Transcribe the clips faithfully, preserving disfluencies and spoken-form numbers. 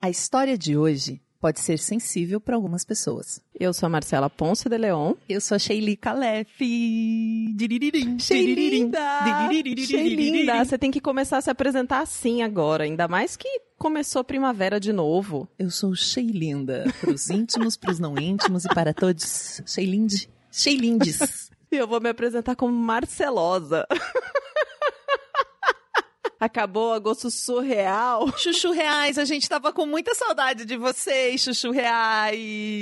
A história de hoje pode ser sensível para algumas pessoas. Eu sou a Marcela Ponce de Leon. Eu sou a Sheili Calef. Sheilinda! Sheilinda! Você tem que começar a se apresentar assim agora, ainda mais que começou a primavera de novo. Eu sou Sheilinda, para os íntimos, para os não íntimos e para todos. Sheilinde. Sheilindes. E eu vou me apresentar como Marcelosa. Acabou o agosto surreal. Chuchu Reais, a gente tava com muita saudade de vocês, Chuchu Reais.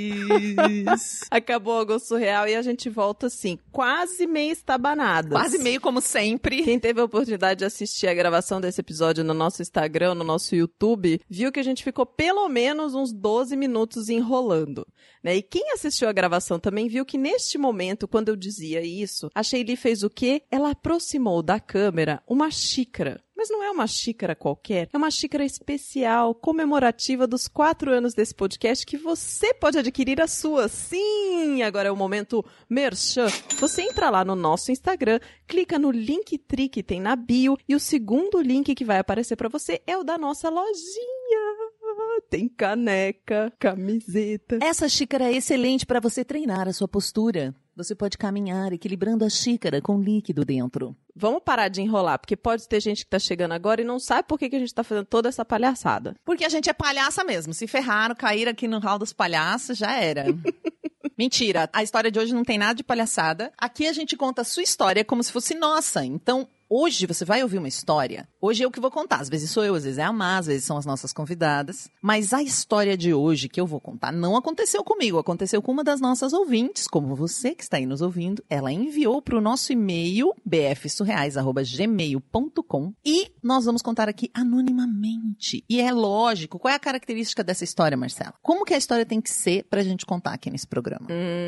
Acabou o agosto surreal e a gente volta assim, quase meio estabanadas. Quase meio como sempre. Quem teve a oportunidade de assistir a gravação desse episódio no nosso Instagram, no nosso YouTube, viu que a gente ficou pelo menos uns doze minutos enrolando, né? E quem assistiu a gravação também viu que neste momento, quando eu dizia isso, a Sheili fez o quê? Ela aproximou da câmera uma xícara. Mas não é uma xícara qualquer, é uma xícara especial, comemorativa dos quatro anos desse podcast que você pode adquirir a sua. Sim, agora é o momento merchan. Você entra lá no nosso Instagram, clica no Linktree que tem na bio e o segundo link que vai aparecer para você é o da nossa lojinha. Tem caneca, camiseta. Essa xícara é excelente para você treinar a sua postura. Você pode caminhar equilibrando a xícara com líquido dentro. Vamos parar de enrolar, porque pode ter gente que tá chegando agora e não sabe por que, que a gente tá fazendo toda essa palhaçada. Porque a gente é palhaça mesmo. Se ferraram, caíram aqui no hall dos palhaços, já era. Mentira, a história de hoje não tem nada de palhaçada. Aqui a gente conta a sua história como se fosse nossa. Então, hoje você vai ouvir uma história. Hoje é eu que vou contar. Às vezes sou eu, às vezes é a Má, às vezes são as nossas convidadas. Mas a história de hoje que eu vou contar não aconteceu comigo. Aconteceu com uma das nossas ouvintes, como você que está aí nos ouvindo. Ela enviou para o nosso e-mail, b f surreais arroba gmail ponto com. E nós vamos contar aqui anonimamente. E é lógico. Qual é a característica dessa história, Marcela? Como que a história tem que ser pra gente contar aqui nesse programa?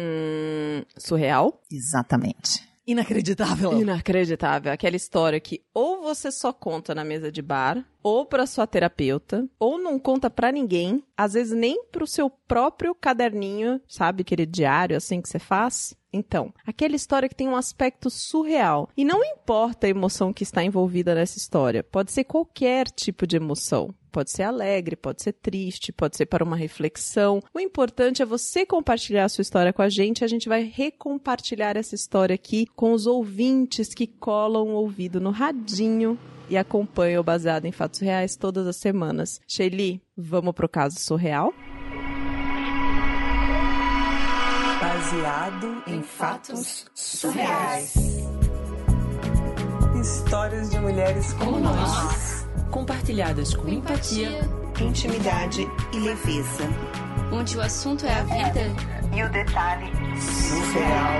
Hum, surreal? Exatamente. Inacreditável. Inacreditável. Aquela história que ou você só conta na mesa de bar, ou pra sua terapeuta, ou não conta pra ninguém, às vezes nem pro seu próprio caderninho, sabe, aquele diário assim que você faz. Então, aquela história que tem um aspecto surreal. E não importa a emoção que está envolvida nessa história. Pode ser qualquer tipo de emoção. Pode ser alegre, pode ser triste, pode ser para uma reflexão. O importante é você compartilhar a sua história com a gente. A gente vai recompartilhar essa história aqui com os ouvintes que colam o ouvido no radinho e acompanham o Baseado em Fatos Reais todas as semanas. Sheili, vamos pro caso surreal? Baseado em fatos surreais. Histórias de mulheres como nós, compartilhadas com empatia, intimidade e leveza. Onde o assunto é a vida e o detalhe surreal.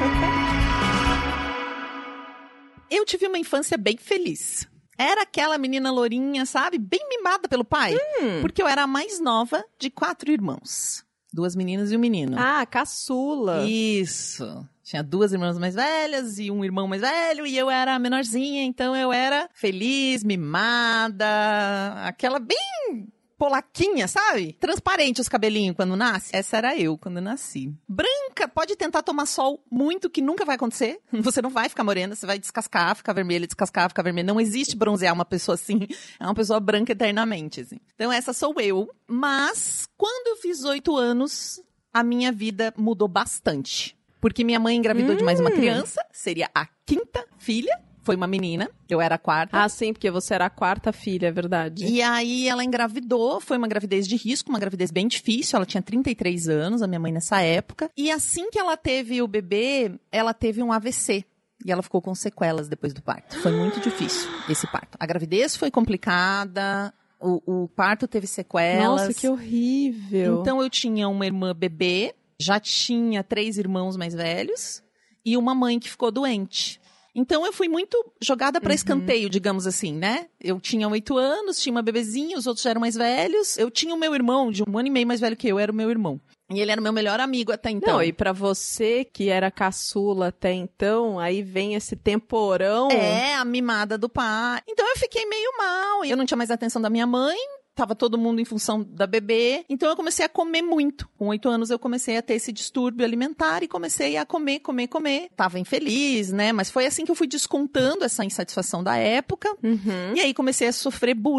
Eu tive uma infância bem feliz. Era aquela menina lourinha, sabe? Bem mimada pelo pai. Hum. Porque eu era a mais nova de quatro irmãos. Duas meninas e um menino. Ah, caçula. Isso. Tinha duas irmãs mais velhas e um irmão mais velho e eu era a menorzinha, então eu era feliz, mimada, aquela bem polaquinha, sabe? Transparente os cabelinhos quando nasce. Essa era eu quando nasci. Branca, pode tentar tomar sol muito, que nunca vai acontecer. Você não vai ficar morena, você vai descascar, ficar vermelha, descascar, ficar vermelha. Não existe bronzear uma pessoa assim. É uma pessoa branca eternamente, assim. Então essa sou eu. Mas, quando eu fiz oito anos, a minha vida mudou bastante. Porque minha mãe engravidou hum. de mais uma criança, seria a quinta filha. Foi uma menina, eu era a quarta. Ah, sim, porque você era a quarta filha, é verdade. E aí ela engravidou, foi uma gravidez de risco, uma gravidez bem difícil. Ela tinha trinta e três anos, a minha mãe nessa época. E assim que ela teve o bebê, ela teve um A V C. E ela ficou com sequelas depois do parto. Foi muito difícil esse parto. A gravidez foi complicada, o, o parto teve sequelas. Nossa, que horrível. Então eu tinha uma irmã bebê, já tinha três irmãos mais velhos e uma mãe que ficou doente. Então, eu fui muito jogada para uhum. escanteio, digamos assim, né? Eu tinha oito anos, tinha uma bebezinha, os outros já eram mais velhos. Eu tinha o meu irmão, de um ano e meio mais velho que eu, era o meu irmão. E ele era o meu melhor amigo até então. Não, e pra você, que era caçula até então, aí vem esse temporão. É, a mimada do pai. Então, eu fiquei meio mal. Eu não tinha mais a atenção da minha mãe. Tava todo mundo em função da bebê. Então, eu comecei a comer muito. Com oito anos, eu comecei a ter esse distúrbio alimentar e comecei a comer, comer, comer. Tava infeliz, né? Mas foi assim que eu fui descontando essa insatisfação da época. Uhum. E aí, comecei a sofrer bullying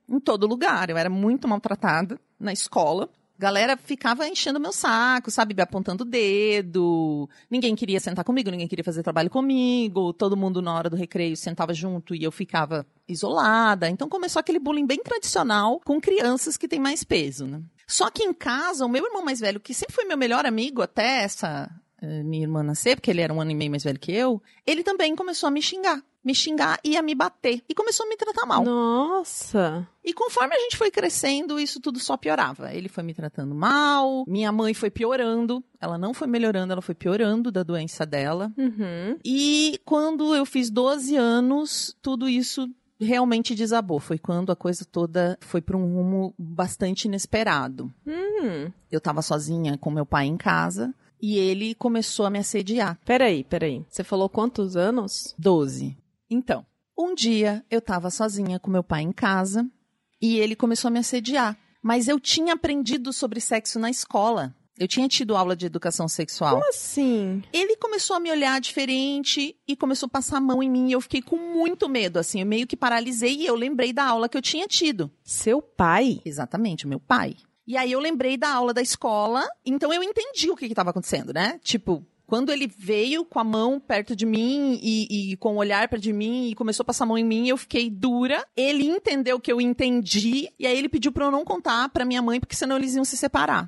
em todo lugar. Eu era muito maltratada na escola. Galera ficava enchendo meu saco, sabe, me apontando o dedo. Ninguém queria sentar comigo, ninguém queria fazer trabalho comigo. Todo mundo na hora do recreio sentava junto e eu ficava isolada. Então começou aquele bullying bem tradicional com crianças que têm mais peso, né? Só que em casa, o meu irmão mais velho, que sempre foi meu melhor amigo até essa uh, minha irmã nascer, porque ele era um ano e meio mais velho que eu, ele também começou a me xingar. Me xingar e a me bater. E começou a me tratar mal. Nossa! E conforme a gente foi crescendo, isso tudo só piorava. Ele foi me tratando mal, minha mãe foi piorando. Ela não foi melhorando, ela foi piorando da doença dela. Uhum. E quando eu fiz doze anos, tudo isso realmente desabou. Foi quando a coisa toda foi para um rumo bastante inesperado. Hum. Eu tava sozinha com meu pai em casa e ele começou a me assediar. Peraí, peraí. Você falou quantos anos? doze. Então, um dia eu tava sozinha com meu pai em casa e ele começou a me assediar. Mas eu tinha aprendido sobre sexo na escola. Eu tinha tido aula de educação sexual. Como assim? Ele começou a me olhar diferente e começou a passar a mão em mim. E eu fiquei com muito medo, assim. Eu meio que paralisei e eu lembrei da aula que eu tinha tido. Seu pai? Exatamente, o meu pai. E aí eu lembrei da aula da escola. Então eu entendi o que estava acontecendo, né? Tipo... Quando ele veio com a mão perto de mim e, e com o olhar perto de mim e começou a passar a mão em mim, eu fiquei dura. Ele entendeu que eu entendi e aí ele pediu pra eu não contar pra minha mãe, porque senão eles iam se separar.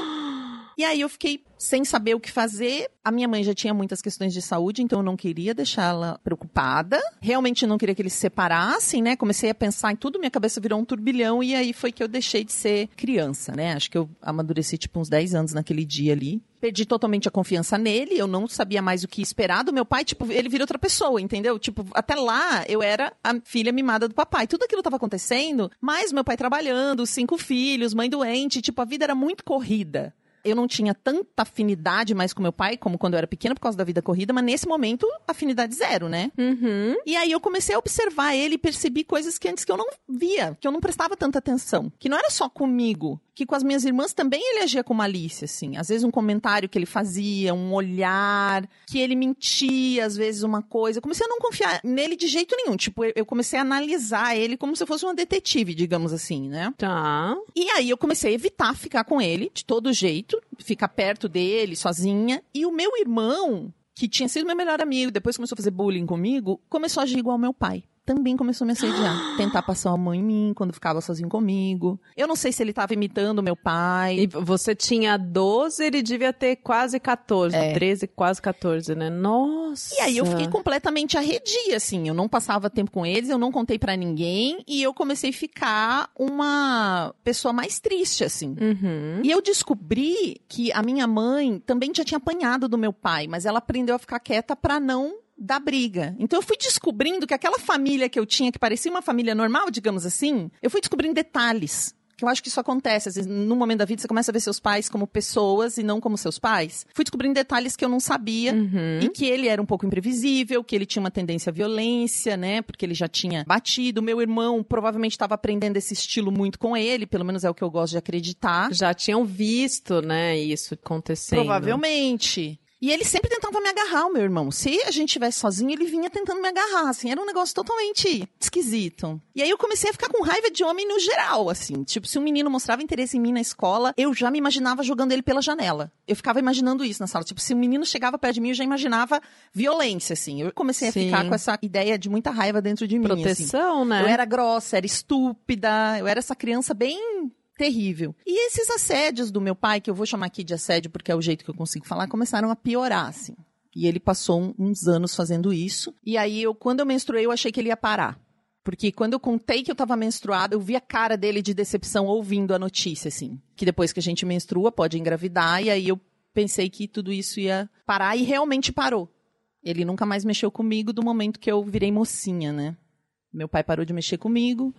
E aí eu fiquei sem saber o que fazer. A minha mãe já tinha muitas questões de saúde, então eu não queria deixá-la preocupada. Realmente não queria que eles se separassem, né? Comecei a pensar em tudo, minha cabeça virou um turbilhão e aí foi que eu deixei de ser criança, né? Acho que eu amadureci tipo uns dez anos naquele dia ali. Perdi totalmente a confiança nele, eu não sabia mais o que esperar do meu pai, tipo, ele virou outra pessoa, entendeu? Tipo, até lá eu era a filha mimada do papai. Tudo aquilo estava acontecendo, mas meu pai trabalhando, cinco filhos, mãe doente, tipo, a vida era muito corrida. Eu não tinha tanta afinidade mais com meu pai como quando eu era pequena por causa da vida corrida, mas nesse momento, afinidade zero, né? Uhum. E aí eu comecei a observar ele e percebi coisas que antes que eu não via, que eu não prestava tanta atenção. Que não era só comigo, que com as minhas irmãs também ele agia com malícia, assim. Às vezes um comentário que ele fazia, um olhar, que ele mentia, às vezes uma coisa. Eu comecei a não confiar nele de jeito nenhum. Tipo, eu comecei a analisar ele como se eu fosse uma detetive, digamos assim, né? Tá. E aí eu comecei a evitar ficar com ele, de todo jeito, ficar perto dele, sozinha. E o meu irmão, que tinha sido meu melhor amigo, depois começou a fazer bullying comigo, começou a agir igual ao meu pai. Também começou a me assediar. Tentar passar a mão em mim quando ficava sozinho comigo. Eu não sei se ele estava imitando meu pai. E você tinha doze, ele devia ter quase catorze. É. treze, quase catorze, né? Nossa! E aí eu fiquei completamente arredia, assim. Eu não passava tempo com eles, eu não contei pra ninguém. E eu comecei a ficar uma pessoa mais triste, assim. Uhum. E eu descobri que a minha mãe também já tinha apanhado do meu pai. Mas ela aprendeu a ficar quieta pra não... da briga. Então eu fui descobrindo que aquela família que eu tinha, que parecia uma família normal, digamos assim, eu fui descobrindo detalhes. Que eu acho que isso acontece. Às vezes, no momento da vida, você começa a ver seus pais como pessoas e não como seus pais. Fui descobrindo detalhes que eu não sabia. Uhum. E que ele era um pouco imprevisível, que ele tinha uma tendência à violência, né? Porque ele já tinha batido. Meu irmão provavelmente estava aprendendo esse estilo muito com ele, pelo menos é o que eu gosto de acreditar. Já tinham visto, né, isso acontecendo. Provavelmente. E ele sempre tentava me agarrar, o meu irmão. Se a gente estivesse sozinho, ele vinha tentando me agarrar, assim. Era um negócio totalmente esquisito. E aí eu comecei a ficar com raiva de homem no geral, assim. Tipo, se um menino mostrava interesse em mim na escola, eu já me imaginava jogando ele pela janela. Eu ficava imaginando isso na sala. Tipo, se um menino chegava perto de mim, eu já imaginava violência, assim. Eu comecei a Sim. ficar com essa ideia de muita raiva dentro de mim, Proteção, assim. né? Eu era grossa, era estúpida, eu era essa criança bem... terrível. E esses assédios do meu pai, que eu vou chamar aqui de assédio porque é o jeito que eu consigo falar, começaram a piorar, assim. E ele passou um, uns anos fazendo isso. E aí, eu, quando eu menstruei, eu achei que ele ia parar. Porque quando eu contei que eu tava menstruada, eu vi a cara dele de decepção ouvindo a notícia, assim. Que depois que a gente menstrua, pode engravidar. E aí eu pensei que tudo isso ia parar e realmente parou. Ele nunca mais mexeu comigo do momento que eu virei mocinha, né? Meu pai parou de mexer comigo.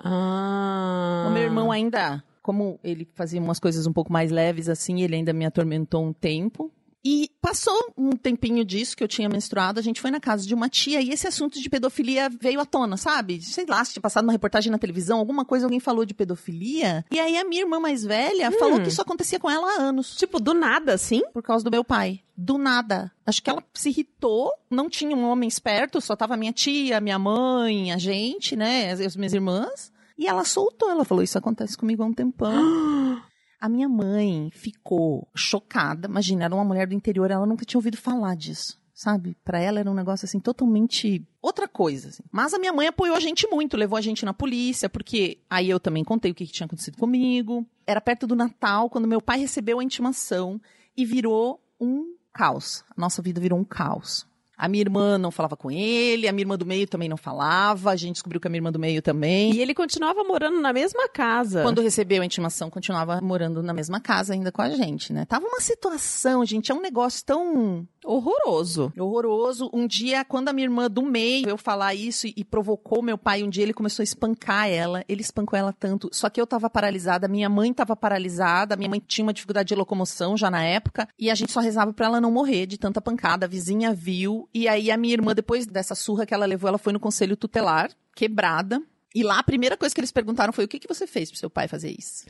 Ah. O meu irmão ainda... Como ele fazia umas coisas um pouco mais leves assim, ele ainda me atormentou um tempo. E passou um tempinho disso que eu tinha menstruado, a gente foi na casa de uma tia e esse assunto de pedofilia veio à tona, sabe? Sei lá, se tinha passado uma reportagem na televisão, alguma coisa, alguém falou de pedofilia. E aí a minha irmã mais velha Hum. falou que isso acontecia com ela há anos. Tipo, do nada, assim? Por causa do meu pai. Do nada. Acho que ela se irritou, não tinha um homem esperto, só tava minha tia, minha mãe, a gente, né, as, as minhas irmãs. E ela soltou, ela falou, isso acontece comigo há um tempão. A minha mãe ficou chocada. Imagina, era uma mulher do interior, ela nunca tinha ouvido falar disso. Sabe? Pra ela era um negócio, assim, totalmente outra coisa, assim. Mas a minha mãe apoiou a gente muito, levou a gente na polícia, porque aí eu também contei o que tinha acontecido comigo. Era perto do Natal, quando meu pai recebeu a intimação e virou um caos. A nossa vida virou um caos. A minha irmã não falava com ele, a minha irmã do meio também não falava, a gente descobriu que a minha irmã do meio também. E ele continuava morando na mesma casa. Quando recebeu a intimação, continuava morando na mesma casa ainda com a gente, né? Tava uma situação, gente, é um negócio tão... horroroso. Horroroso. Um dia, quando a minha irmã do meio veio falar isso e, e provocou meu pai, um dia ele começou a espancar ela. Ele espancou ela tanto. Só que eu tava paralisada, minha mãe tava paralisada, minha mãe tinha uma dificuldade de locomoção já na época, e a gente só rezava pra ela não morrer de tanta pancada. A vizinha viu, e aí a minha irmã, depois dessa surra que ela levou, ela foi no conselho tutelar, quebrada. E lá a primeira coisa que eles perguntaram foi: o que, que você fez pro seu pai fazer isso?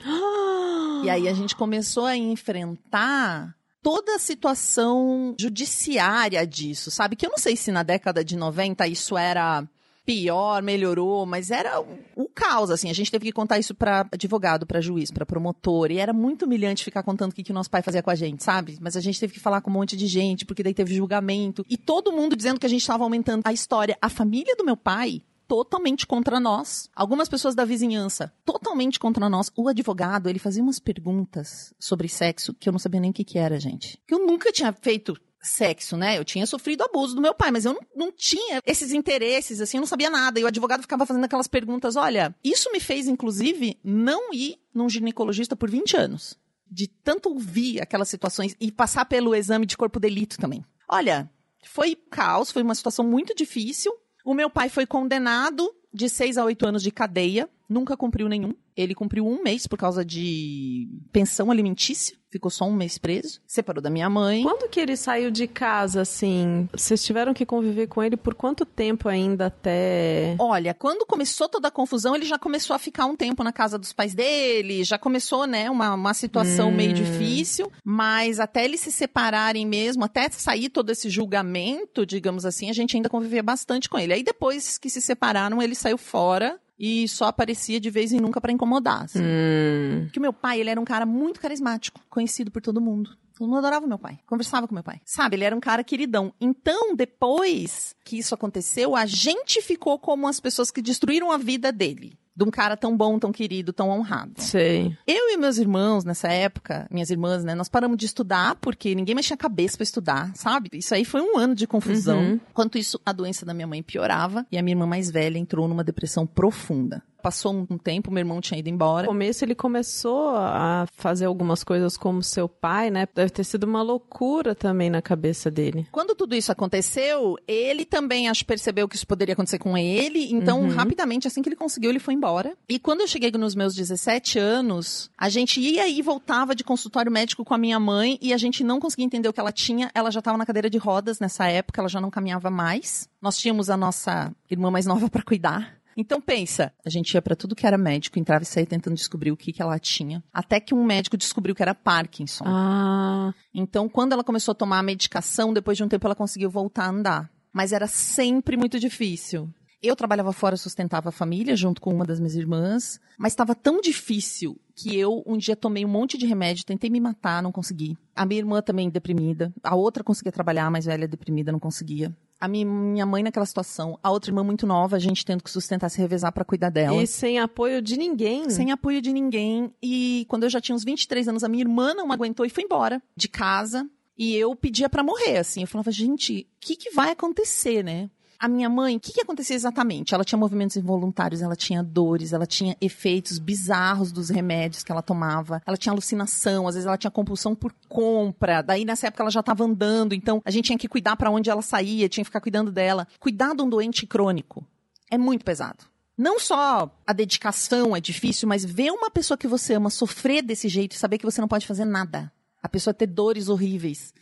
E aí a gente começou a enfrentar toda a situação judiciária disso, sabe? Que eu não sei se na década de noventa isso era pior, melhorou, mas era o, o caos, assim. A gente teve que contar isso pra advogado, pra juiz, pra promotor, e era muito humilhante ficar contando o que, que o nosso pai fazia com a gente, sabe? Mas a gente teve que falar com um monte de gente, porque daí teve julgamento, e todo mundo dizendo que a gente estava aumentando a história. A família do meu pai, totalmente contra nós. Algumas pessoas da vizinhança, totalmente contra nós. O advogado, ele fazia umas perguntas sobre sexo que eu não sabia nem o que que era, gente. Que eu nunca tinha feito sexo, né? Eu tinha sofrido abuso do meu pai, mas eu não, não tinha esses interesses, assim, eu não sabia nada. E o advogado ficava fazendo aquelas perguntas. Olha, isso me fez, inclusive, não ir num ginecologista por vinte anos. De tanto ouvir aquelas situações e passar pelo exame de corpo de delito também. Olha, foi caos, foi uma situação muito difícil. O meu pai foi condenado de seis a oito anos de cadeia, nunca cumpriu nenhum. Ele cumpriu um mês por causa de pensão alimentícia, ficou só um mês preso, separou da minha mãe. Quando que ele saiu de casa, assim? Vocês tiveram que conviver com ele por quanto tempo ainda até... Olha, quando começou toda a confusão, ele já começou a ficar um tempo na casa dos pais dele, já começou, né, uma, uma situação hum. meio difícil, mas até eles se separarem mesmo, até sair todo esse julgamento, digamos assim, a gente ainda convivia bastante com ele. Aí depois que se separaram, ele saiu fora e só aparecia de vez em nunca pra incomodar, assim. Hum. Porque o meu pai, ele era um cara muito carismático, conhecido por todo mundo. Todo mundo adorava meu pai, conversava com meu pai. Sabe, ele era um cara queridão. Então, depois que isso aconteceu, a gente ficou como as pessoas que destruíram a vida dele. De um cara tão bom, tão querido, tão honrado. Sei. Eu e meus irmãos, nessa época, minhas irmãs, né, nós paramos de estudar porque ninguém mais tinha cabeça pra estudar, sabe? Isso aí foi um ano de confusão. Uhum. Enquanto isso, a doença da minha mãe piorava e a minha irmã mais velha entrou numa depressão profunda. Passou um tempo, meu irmão tinha ido embora. No começo ele começou a fazer algumas coisas como seu pai, né? Deve ter sido uma loucura também na cabeça dele. Quando tudo isso aconteceu, ele também, acho, percebeu que isso poderia acontecer com ele. Então, uhum. rapidamente, assim que ele conseguiu, ele foi embora. E quando eu cheguei nos meus dezessete anos, a gente ia e voltava de consultório médico com a minha mãe e a gente não conseguia entender o que ela tinha. Ela já estava na cadeira de rodas nessa época, ela já não caminhava mais. Nós tínhamos a nossa irmã mais nova para cuidar. Então pensa, a gente ia pra tudo que era médico, entrava e saía tentando descobrir o que, que ela tinha. Até que um médico descobriu que era Parkinson. Ah. Então quando ela começou a tomar a medicação, depois de um tempo ela conseguiu voltar a andar. Mas era sempre muito difícil. Eu trabalhava fora, sustentava a família junto com uma das minhas irmãs, mas estava tão difícil que eu um dia tomei um monte de remédio, tentei me matar, não consegui. A minha irmã também deprimida, a outra conseguia trabalhar, a mais velha deprimida, não conseguia. A minha, minha mãe naquela situação, a outra irmã muito nova, a gente tendo que sustentar, se revezar pra cuidar dela. E sem apoio de ninguém. Sem apoio de ninguém. E quando eu já tinha uns vinte e três anos, a minha irmã não aguentou e foi embora de casa. E eu pedia pra morrer, assim. Eu falava, gente, o que, que vai acontecer, né? A minha mãe, o que, que acontecia exatamente? Ela tinha movimentos involuntários, ela tinha dores, ela tinha efeitos bizarros dos remédios que ela tomava. Ela tinha alucinação, às vezes ela tinha compulsão por compra. Daí, nessa época, ela já estava andando, então a gente tinha que cuidar para onde ela saía, tinha que ficar cuidando dela. Cuidar de um doente crônico é muito pesado. Não só a dedicação é difícil, mas ver uma pessoa que você ama sofrer desse jeito e saber que você não pode fazer nada. A pessoa ter dores horríveis.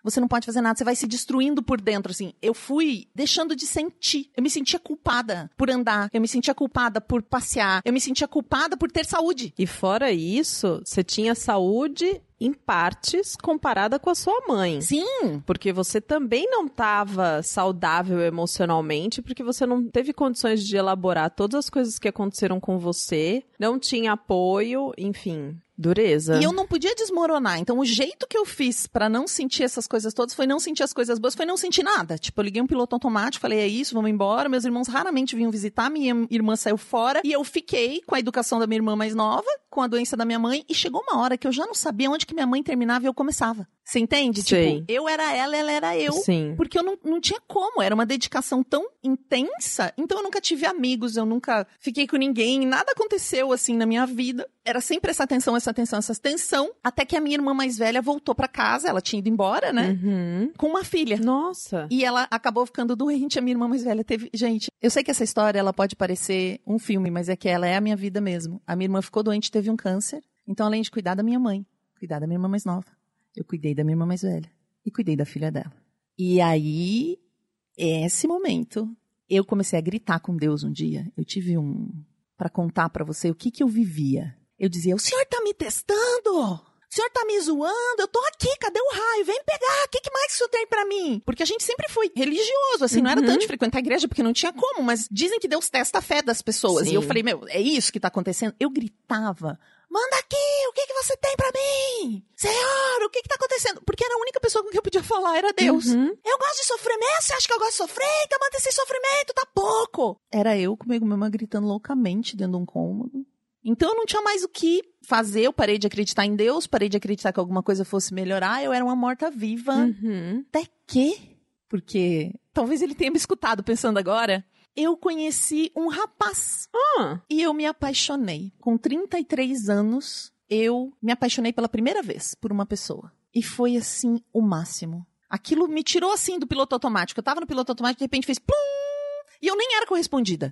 você não pode fazer nada, você vai se destruindo por dentro, assim. Eu fui deixando de sentir. Eu me sentia culpada por andar, eu me sentia culpada por passear, eu me sentia culpada por ter saúde. E fora isso, você tinha saúde em partes comparada com a sua mãe. Sim. Porque você também não estava saudável emocionalmente, porque você não teve condições de elaborar todas as coisas que aconteceram com você, não tinha apoio, enfim... Dureza. E eu não podia desmoronar. Então, o jeito que eu fiz pra não sentir essas coisas todas foi não sentir as coisas boas, foi não sentir nada. Tipo, eu liguei um piloto automático, falei, é isso, vamos embora. Meus irmãos raramente vinham visitar, minha irmã saiu fora. E eu fiquei com a educação da minha irmã mais nova, com a doença da minha mãe. E chegou uma hora que eu já não sabia onde que minha mãe terminava e eu começava. Você entende? Sim. Tipo, eu era ela, ela era eu. Sim. Porque eu não, não tinha como. Era uma dedicação tão intensa. Então, eu nunca tive amigos, eu nunca fiquei com ninguém. Nada aconteceu, assim, na minha vida. Era sempre essa atenção, essa atenção, essa atenção. Até que a minha irmã mais velha voltou pra casa. Ela tinha ido embora, né? Uhum. Com uma filha. Nossa. E ela acabou ficando doente. A minha irmã mais velha teve... Gente, eu sei que essa história, ela pode parecer um filme, mas é que ela é a minha vida mesmo. A minha irmã ficou doente, teve um câncer. Então, além de cuidar da minha mãe, cuidar da minha irmã mais nova, eu cuidei da minha irmã mais velha. E cuidei da filha dela. E aí, esse momento, eu comecei a gritar com Deus um dia. Eu tive um... Pra contar pra você o que que eu vivia. Eu dizia, o senhor tá me testando? O senhor tá me zoando? Eu tô aqui, cadê o raio? Vem pegar, o que, que mais que o senhor tem pra mim? Porque a gente sempre foi religioso, assim, uhum. Não era tanto de frequentar a igreja, porque não tinha como, mas dizem que Deus testa a fé das pessoas. Sim. E eu falei, meu, é isso que tá acontecendo? Eu gritava, manda aqui, o que que você tem pra mim? Senhor, o que que tá acontecendo? Porque era a única pessoa com quem eu podia falar, era Deus. Uhum. Eu gosto de sofrimento, você acha que eu gosto de sofrer? Então manda esse sofrimento, tá pouco. Era eu comigo mesma gritando loucamente dentro de um cômodo. Então eu não tinha mais o que fazer, eu parei de acreditar em Deus, parei de acreditar que alguma coisa fosse melhorar, eu era uma morta-viva. Uhum. Até que, porque talvez ele tenha me escutado pensando agora, eu conheci um rapaz. Ah. E eu me apaixonei. Com trinta e três anos, eu me apaixonei pela primeira vez por uma pessoa. E foi, assim, o máximo. Aquilo me tirou, assim, do piloto automático. Eu tava no piloto automático, de repente fez plum! E eu nem era correspondida.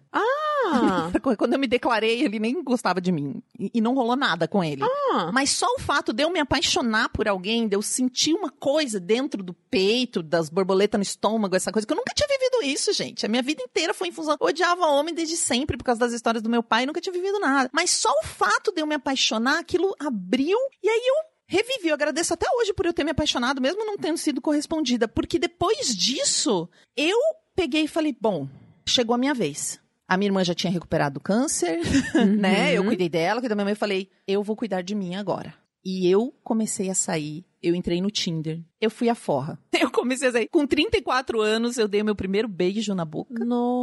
Ah! Quando eu me declarei, ele nem gostava de mim. E, e não rolou nada com ele. Ah! Mas só o fato de eu me apaixonar por alguém, de eu sentir uma coisa dentro do peito, das borboletas no estômago, essa coisa, que eu nunca tinha vivido isso, gente. A minha vida inteira foi em função... Eu odiava homem desde sempre, por causa das histórias do meu pai, e nunca tinha vivido nada. Mas só o fato de eu me apaixonar, aquilo abriu, e aí eu revivi. Eu agradeço até hoje por eu ter me apaixonado, mesmo não tendo sido correspondida. Porque depois disso, eu peguei e falei, bom... Chegou a minha vez. A minha irmã já tinha recuperado do câncer, uhum. né? Eu cuidei dela, cuidei da minha mãe. Eu falei, eu vou cuidar de mim agora. E eu comecei a sair. Eu entrei no Tinder. Eu fui a forra. Eu comecei a sair. Com trinta e quatro anos, eu dei o meu primeiro beijo na boca.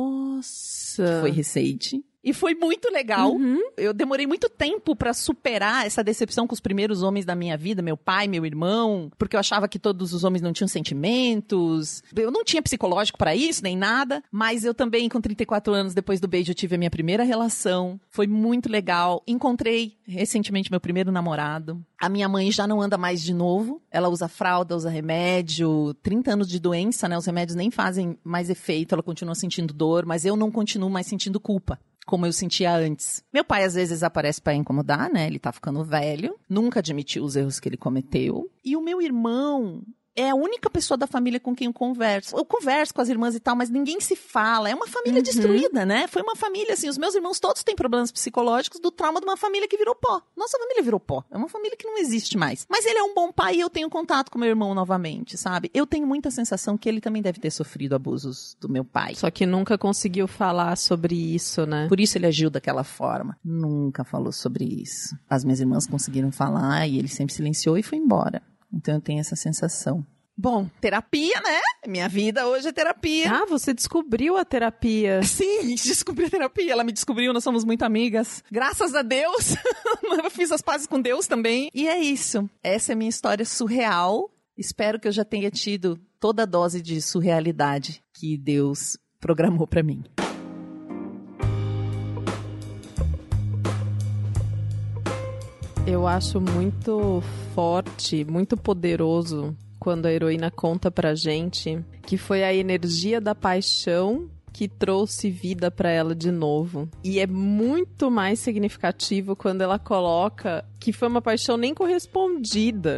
Nossa! Foi recente. E foi muito legal. Uhum. Eu demorei muito tempo pra superar essa decepção com os primeiros homens da minha vida, meu pai, meu irmão, porque eu achava que todos os homens não tinham sentimentos. Eu não tinha psicológico pra isso, nem nada, mas eu também, com trinta e quatro anos, depois do beijo, eu tive a minha primeira relação. Foi muito legal. Encontrei recentemente meu primeiro namorado. A minha mãe já não anda mais de novo. Ela usa fralda, usa remédio. trinta anos de doença, né? Os remédios nem fazem mais efeito. Ela continua sentindo dor, mas eu não continuo mais sentindo culpa, como eu sentia antes. Meu pai, às vezes, aparece pra incomodar, né? Ele tá ficando velho. Nunca admitiu os erros que ele cometeu. E o meu irmão é a única pessoa da família com quem eu converso. Eu converso com as irmãs e tal, mas ninguém se fala. É uma família uhum. destruída, né? Foi uma família, assim, os meus irmãos todos têm problemas psicológicos do trauma de uma família que virou pó. Nossa família virou pó. É uma família que não existe mais. Mas ele é um bom pai e eu tenho contato com meu irmão novamente, sabe? Eu tenho muita sensação que ele também deve ter sofrido abusos do meu pai. Só que nunca conseguiu falar sobre isso, né? Por isso ele agiu daquela forma. Nunca falou sobre isso. As minhas irmãs conseguiram falar e ele sempre silenciou e foi embora. Então eu tenho essa sensação. Bom, terapia, né? Minha vida hoje é terapia. Ah, você descobriu a terapia. Sim, descobri a terapia. Ela me descobriu, nós somos muito amigas. Graças a Deus. Eu fiz as pazes com Deus também. E é isso. Essa é a minha história surreal. Espero que eu já tenha tido toda a dose de surrealidade que Deus programou pra mim. Eu acho muito forte, muito poderoso quando a heroína conta pra gente que foi a energia da paixão que trouxe vida pra ela de novo. E é muito mais significativo quando ela coloca que foi uma paixão nem correspondida.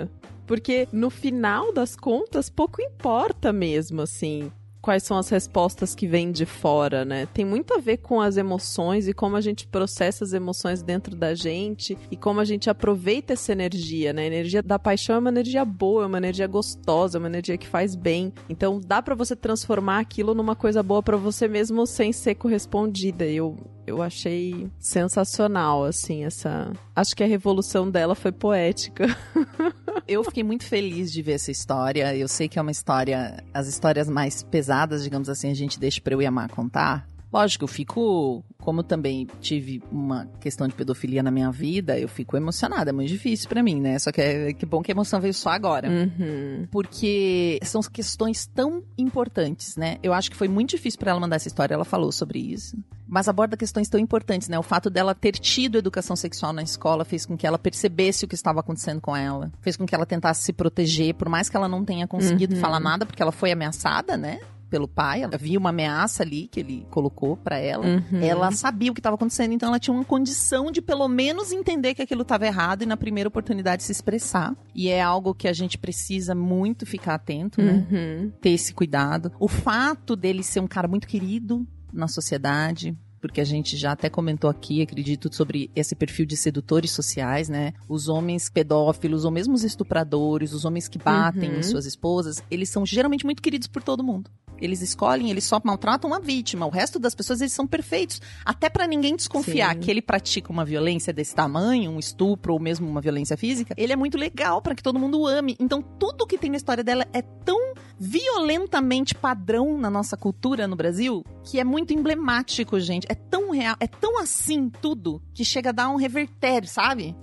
Porque no final das contas, pouco importa mesmo, assim, quais são as respostas que vêm de fora, né? Tem muito a ver com as emoções e como a gente processa as emoções dentro da gente e como a gente aproveita essa energia, né? A energia da paixão é uma energia boa, é uma energia gostosa, é uma energia que faz bem. Então dá pra você transformar aquilo numa coisa boa pra você mesmo sem ser correspondida. Eu... Eu achei sensacional, assim, essa... Acho que a revolução dela foi poética. Eu fiquei muito feliz de ver essa história. Eu sei que é uma história... As histórias mais pesadas, digamos assim, a gente deixa pra eu e a Má contar. Lógico, eu fico... Como também tive uma questão de pedofilia na minha vida, eu fico emocionada. É muito difícil pra mim, né? Só que é que bom que a emoção veio só agora. Uhum. Porque são questões tão importantes, né? Eu acho que foi muito difícil pra ela mandar essa história. Ela falou sobre isso. Mas aborda questões tão importantes, né? O fato dela ter tido educação sexual na escola fez com que ela percebesse o que estava acontecendo com ela. Fez com que ela tentasse se proteger, por mais que ela não tenha conseguido uhum. falar nada, porque ela foi ameaçada, né? Pelo pai, ela via uma ameaça ali que ele colocou pra ela. Uhum. Ela sabia o que estava acontecendo, então ela tinha uma condição de pelo menos entender que aquilo estava errado e na primeira oportunidade se expressar. E é algo que a gente precisa muito ficar atento, né? Uhum. Ter esse cuidado. O fato dele ser um cara muito querido na sociedade, porque a gente já até comentou aqui, acredito, sobre esse perfil de sedutores sociais, né? Os homens pedófilos, ou mesmo os estupradores, os homens que batem uhum. em suas esposas, eles são geralmente muito queridos por todo mundo. Eles escolhem, eles só maltratam uma vítima. O resto das pessoas, eles são perfeitos. Até pra ninguém desconfiar Sim. que ele pratica uma violência desse tamanho, um estupro ou mesmo uma violência física, ele é muito legal pra que todo mundo o ame. Então, tudo que tem na história dela é tão violentamente padrão na nossa cultura no Brasil, que é muito emblemático, gente. É tão real, é tão assim tudo, que chega a dar um revertério, sabe?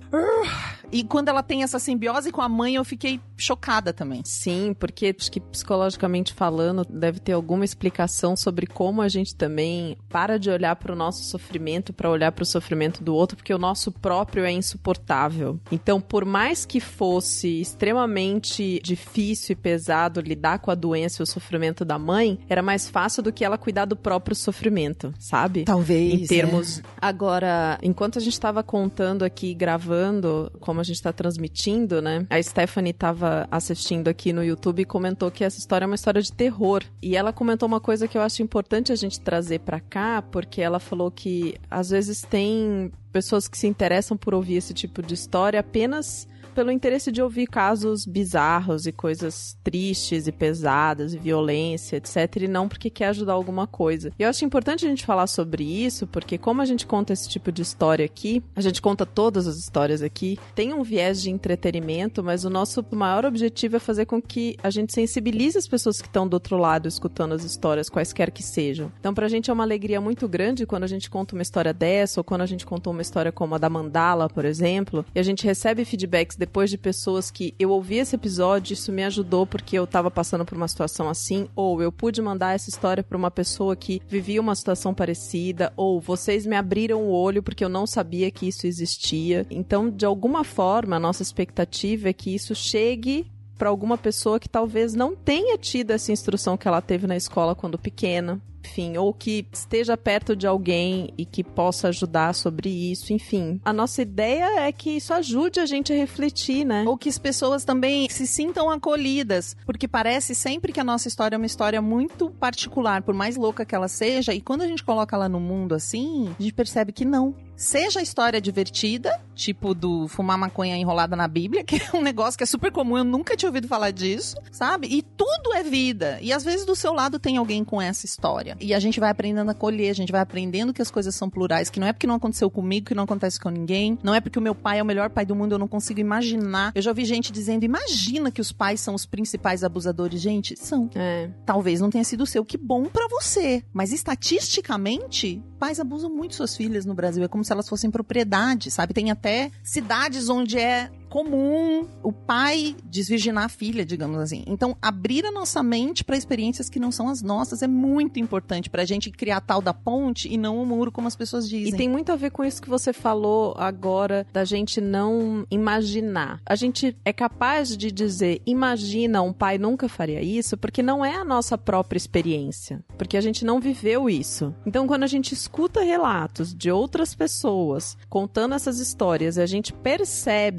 E quando ela tem essa simbiose com a mãe, eu fiquei chocada também. Sim, porque acho que psicologicamente falando, deve ter alguma explicação sobre como a gente também para de olhar para o nosso sofrimento, para olhar para o sofrimento do outro, porque o nosso próprio é insuportável. Então, por mais que fosse extremamente difícil e pesado lidar com a doença e o sofrimento da mãe, era mais fácil do que ela cuidar do próprio sofrimento, sabe? Talvez. Em termos... É. Agora, enquanto a gente estava contando aqui, gravando, como a gente está transmitindo, né? A Stephanie estava assistindo aqui no YouTube e comentou que essa história é uma história de terror. E ela comentou uma coisa que eu acho importante a gente trazer pra cá, porque ela falou que às vezes tem pessoas que se interessam por ouvir esse tipo de história apenas pelo interesse de ouvir casos bizarros e coisas tristes e pesadas e violência, etcétera. E não porque quer ajudar alguma coisa. E eu acho importante a gente falar sobre isso, porque como a gente conta esse tipo de história aqui, a gente conta todas as histórias aqui, tem um viés de entretenimento, mas o nosso maior objetivo é fazer com que a gente sensibilize as pessoas que estão do outro lado escutando as histórias, quaisquer que sejam. Então, pra gente é uma alegria muito grande quando a gente conta uma história dessa, ou quando a gente contou uma história como a da Mandala, por exemplo, e a gente recebe feedbacks depois de pessoas que eu ouvi esse episódio, isso me ajudou porque eu tava passando por uma situação assim, ou eu pude mandar essa história pra uma pessoa que vivia uma situação parecida, ou vocês me abriram o olho porque eu não sabia que isso existia. Então, de alguma forma, a nossa expectativa é que isso chegue para alguma pessoa que talvez não tenha tido essa instrução que ela teve na escola quando pequena. Enfim, ou que esteja perto de alguém e que possa ajudar sobre isso, enfim. A nossa ideia é que isso ajude a gente a refletir, né? Ou que as pessoas também se sintam acolhidas, porque parece sempre que a nossa história é uma história muito particular, por mais louca que ela seja, e quando a gente coloca ela no mundo assim, a gente percebe que não. Seja a história divertida, tipo do fumar maconha enrolada na Bíblia, que é um negócio que é super comum, eu nunca tinha ouvido falar disso, sabe? E tudo é vida. E às vezes do seu lado tem alguém com essa história. E a gente vai aprendendo a acolher, a gente vai aprendendo que as coisas são plurais, que não é porque não aconteceu comigo, que não acontece com ninguém. Não é porque o meu pai é o melhor pai do mundo, eu não consigo imaginar. Eu já ouvi gente dizendo, imagina que os pais são os principais abusadores. Gente, são. É. Talvez não tenha sido o seu, que bom pra você. Mas estatisticamente, pais abusam muito suas filhas no Brasil. É como se elas fossem propriedade, sabe? Tem até cidades onde é comum o pai desvirginar a filha, digamos assim. Então, abrir a nossa mente para experiências que não são as nossas é muito importante pra gente criar a tal da ponte e não o muro, como as pessoas dizem. E tem muito a ver com isso que você falou agora, da gente não imaginar. A gente é capaz de dizer, imagina, um pai nunca faria isso, porque não é a nossa própria experiência. Porque a gente não viveu isso. Então, quando a gente escuta relatos de outras pessoas contando essas histórias, a gente percebe que o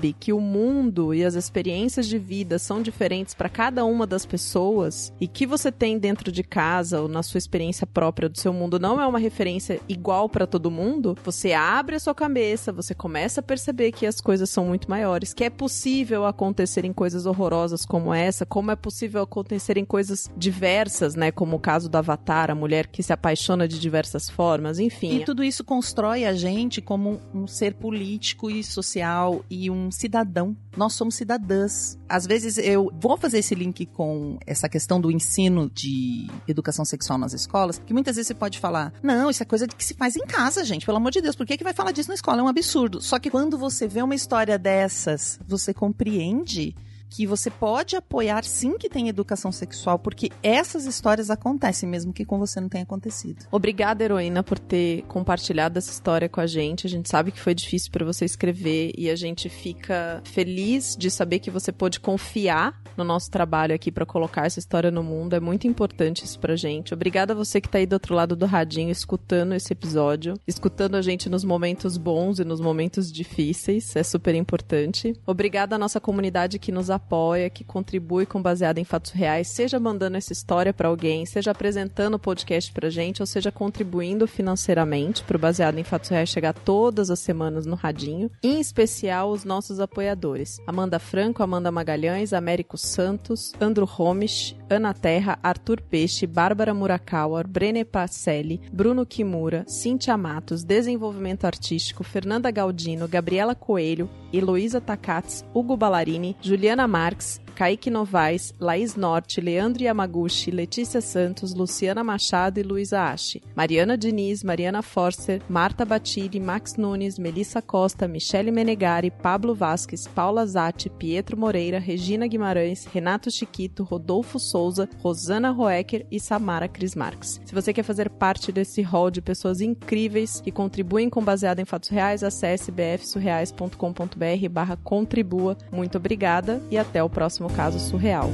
mundo e as experiências de vida são diferentes para cada uma das pessoas e que você tem dentro de casa ou na sua experiência própria do seu mundo não é uma referência igual para todo mundo, você abre a sua cabeça, você começa a perceber que as coisas são muito maiores, que é possível acontecerem coisas horrorosas como essa, como é possível acontecerem coisas diversas, né, como o caso do Avatar, a mulher que se apaixona de diversas formas, enfim. E tudo isso constrói a gente como um ser político e social e um cidadão. Nós somos cidadãs. Às vezes eu vou fazer esse link com essa questão do ensino de educação sexual nas escolas, que muitas vezes você pode falar, não, isso é coisa que se faz em casa, gente, pelo amor de Deus, por que que vai falar disso na escola? É um absurdo. Só que quando você vê uma história dessas, você compreende que você pode apoiar sim que tem educação sexual, porque essas histórias acontecem, mesmo que com você não tenha acontecido. Obrigada, heroína, por ter compartilhado essa história com a gente. A gente sabe que foi difícil para você escrever e a gente fica feliz de saber que você pôde confiar no nosso trabalho aqui para colocar essa história no mundo. É muito importante isso pra gente. Obrigada a você que tá aí do outro lado do radinho, escutando esse episódio, escutando a gente nos momentos bons e nos momentos difíceis. É super importante. Obrigada à nossa comunidade que nos apoia, que contribui com Baseado em Fatos Reais, seja mandando essa história para alguém, seja apresentando o podcast pra gente, ou seja contribuindo financeiramente pro Baseado em Fatos Reais chegar todas as semanas no radinho. Em especial os nossos apoiadores: Amanda Franco, Amanda Magalhães, Américo Santos, Andrew Homish, Ana Terra, Arthur Peixe, Bárbara Murakawa, Brené Pacelli, Bruno Kimura, Cíntia Matos, Desenvolvimento Artístico, Fernanda Galdino, Gabriela Coelho, Heloísa Takats, Hugo Ballarini, Juliana Marques, Kaique Novaes, Laís Norte, Leandro Yamaguchi, Letícia Santos, Luciana Machado e Luísa Ashi, Mariana Diniz, Mariana Forster, Marta Batili, Max Nunes, Melissa Costa, Michele Menegari, Pablo Vasques, Paula Zatti, Pietro Moreira, Regina Guimarães, Renato Chiquito, Rodolfo Souza, Rosana Roecker e Samara Cris Marques. Se você quer fazer parte desse hall de pessoas incríveis que contribuem com Baseado em Fatos Reais, acesse b f surreais ponto com ponto b r barra contribua. Muito obrigada e até o próximo Caso Surreal.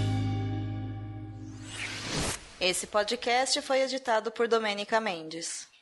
Esse podcast foi editado por Domênica Mendes.